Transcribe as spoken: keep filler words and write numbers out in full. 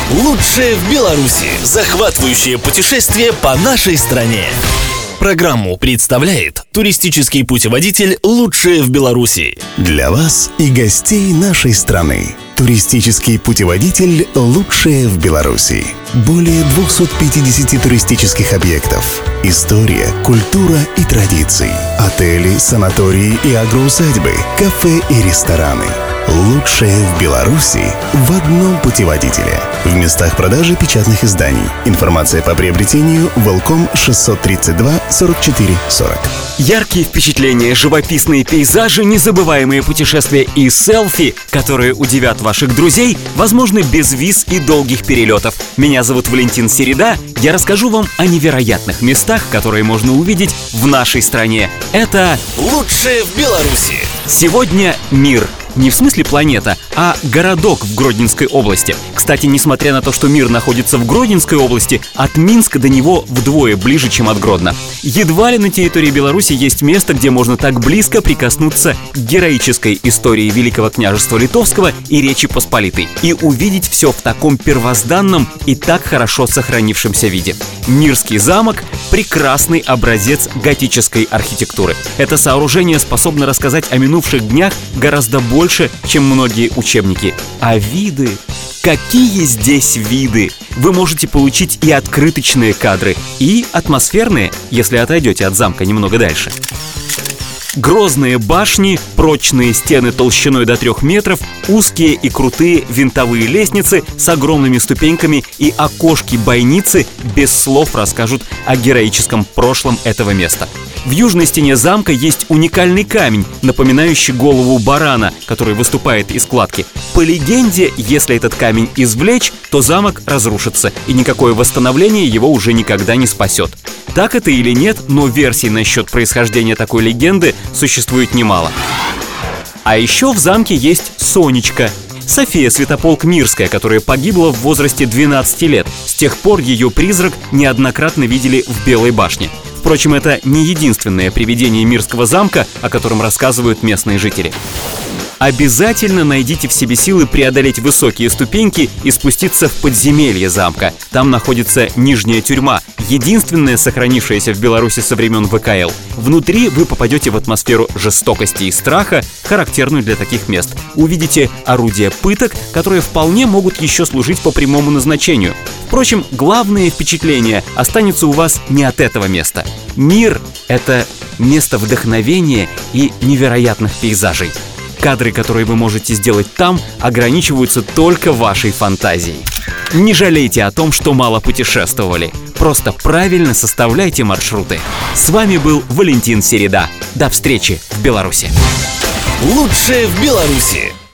Лучшее в Беларуси. Захватывающее путешествие по нашей стране. Программу представляет туристический путеводитель «Лучшее в Беларуси». Для вас и гостей нашей страны. Туристический путеводитель «Лучшее в Беларуси». Более двухсот пятидесяти туристических объектов. История, культура и традиции. Отели, санатории и агроусадьбы, кафе и рестораны. Лучшее в Беларуси в одном путеводителе. В местах продажи печатных изданий. Информация по приобретению Волком шестьсот тридцать два сорок четыре сорок. Яркие впечатления, живописные пейзажи, незабываемые путешествия и селфи, которые удивят ваших друзей, возможны без виз и долгих перелетов. Меня зовут Валентин Середа. Я расскажу вам о невероятных местах, которые можно увидеть в нашей стране. Это «Лучшее в Беларуси». Сегодня мир. Не в смысле планета, а городок в Гродненской области. Кстати, несмотря на то, что мир находится в Гродненской области, от Минска до него вдвое ближе, чем от Гродно. Едва ли на территории Беларуси есть место, где можно так близко прикоснуться к героической истории Великого княжества Литовского и Речи Посполитой и увидеть все в таком первозданном и так хорошо сохранившемся виде. Мирский замок – прекрасный образец готической архитектуры. Это сооружение способно рассказать о минувших днях гораздо больше, больше, чем многие учебники. А виды... Какие здесь виды! Вы можете получить и открыточные кадры, и атмосферные, если отойдете от замка немного дальше. Грозные башни, прочные стены толщиной до трех метров, узкие и крутые винтовые лестницы с огромными ступеньками и окошки-бойницы без слов расскажут о героическом прошлом этого места. В южной стене замка есть уникальный камень, напоминающий голову барана, который выступает из кладки. По легенде, если этот камень извлечь, то замок разрушится, и никакое восстановление его уже никогда не спасет. Так это или нет, но версий насчет происхождения такой легенды существует немало. А еще в замке есть Сонечка. София Святополк-Мирская, которая погибла в возрасте двенадцати лет. С тех пор ее призрак неоднократно видели в Белой башне. Впрочем, это не единственное привидение Мирского замка, о котором рассказывают местные жители. Обязательно найдите в себе силы преодолеть высокие ступеньки и спуститься в подземелье замка. Там находится нижняя тюрьма, единственная сохранившаяся в Беларуси со времен вэ ка эл. Внутри вы попадете в атмосферу жестокости и страха, характерную для таких мест. Увидите орудия пыток, которые вполне могут еще служить по прямому назначению. Впрочем, главное впечатление останется у вас не от этого места. Мир — это место вдохновения и невероятных пейзажей. Кадры, которые вы можете сделать там, ограничиваются только вашей фантазией. Не жалейте о том, что мало путешествовали. Просто правильно составляйте маршруты. С вами был Валентин Середа. До встречи в Беларуси. «Лучшее в Беларуси».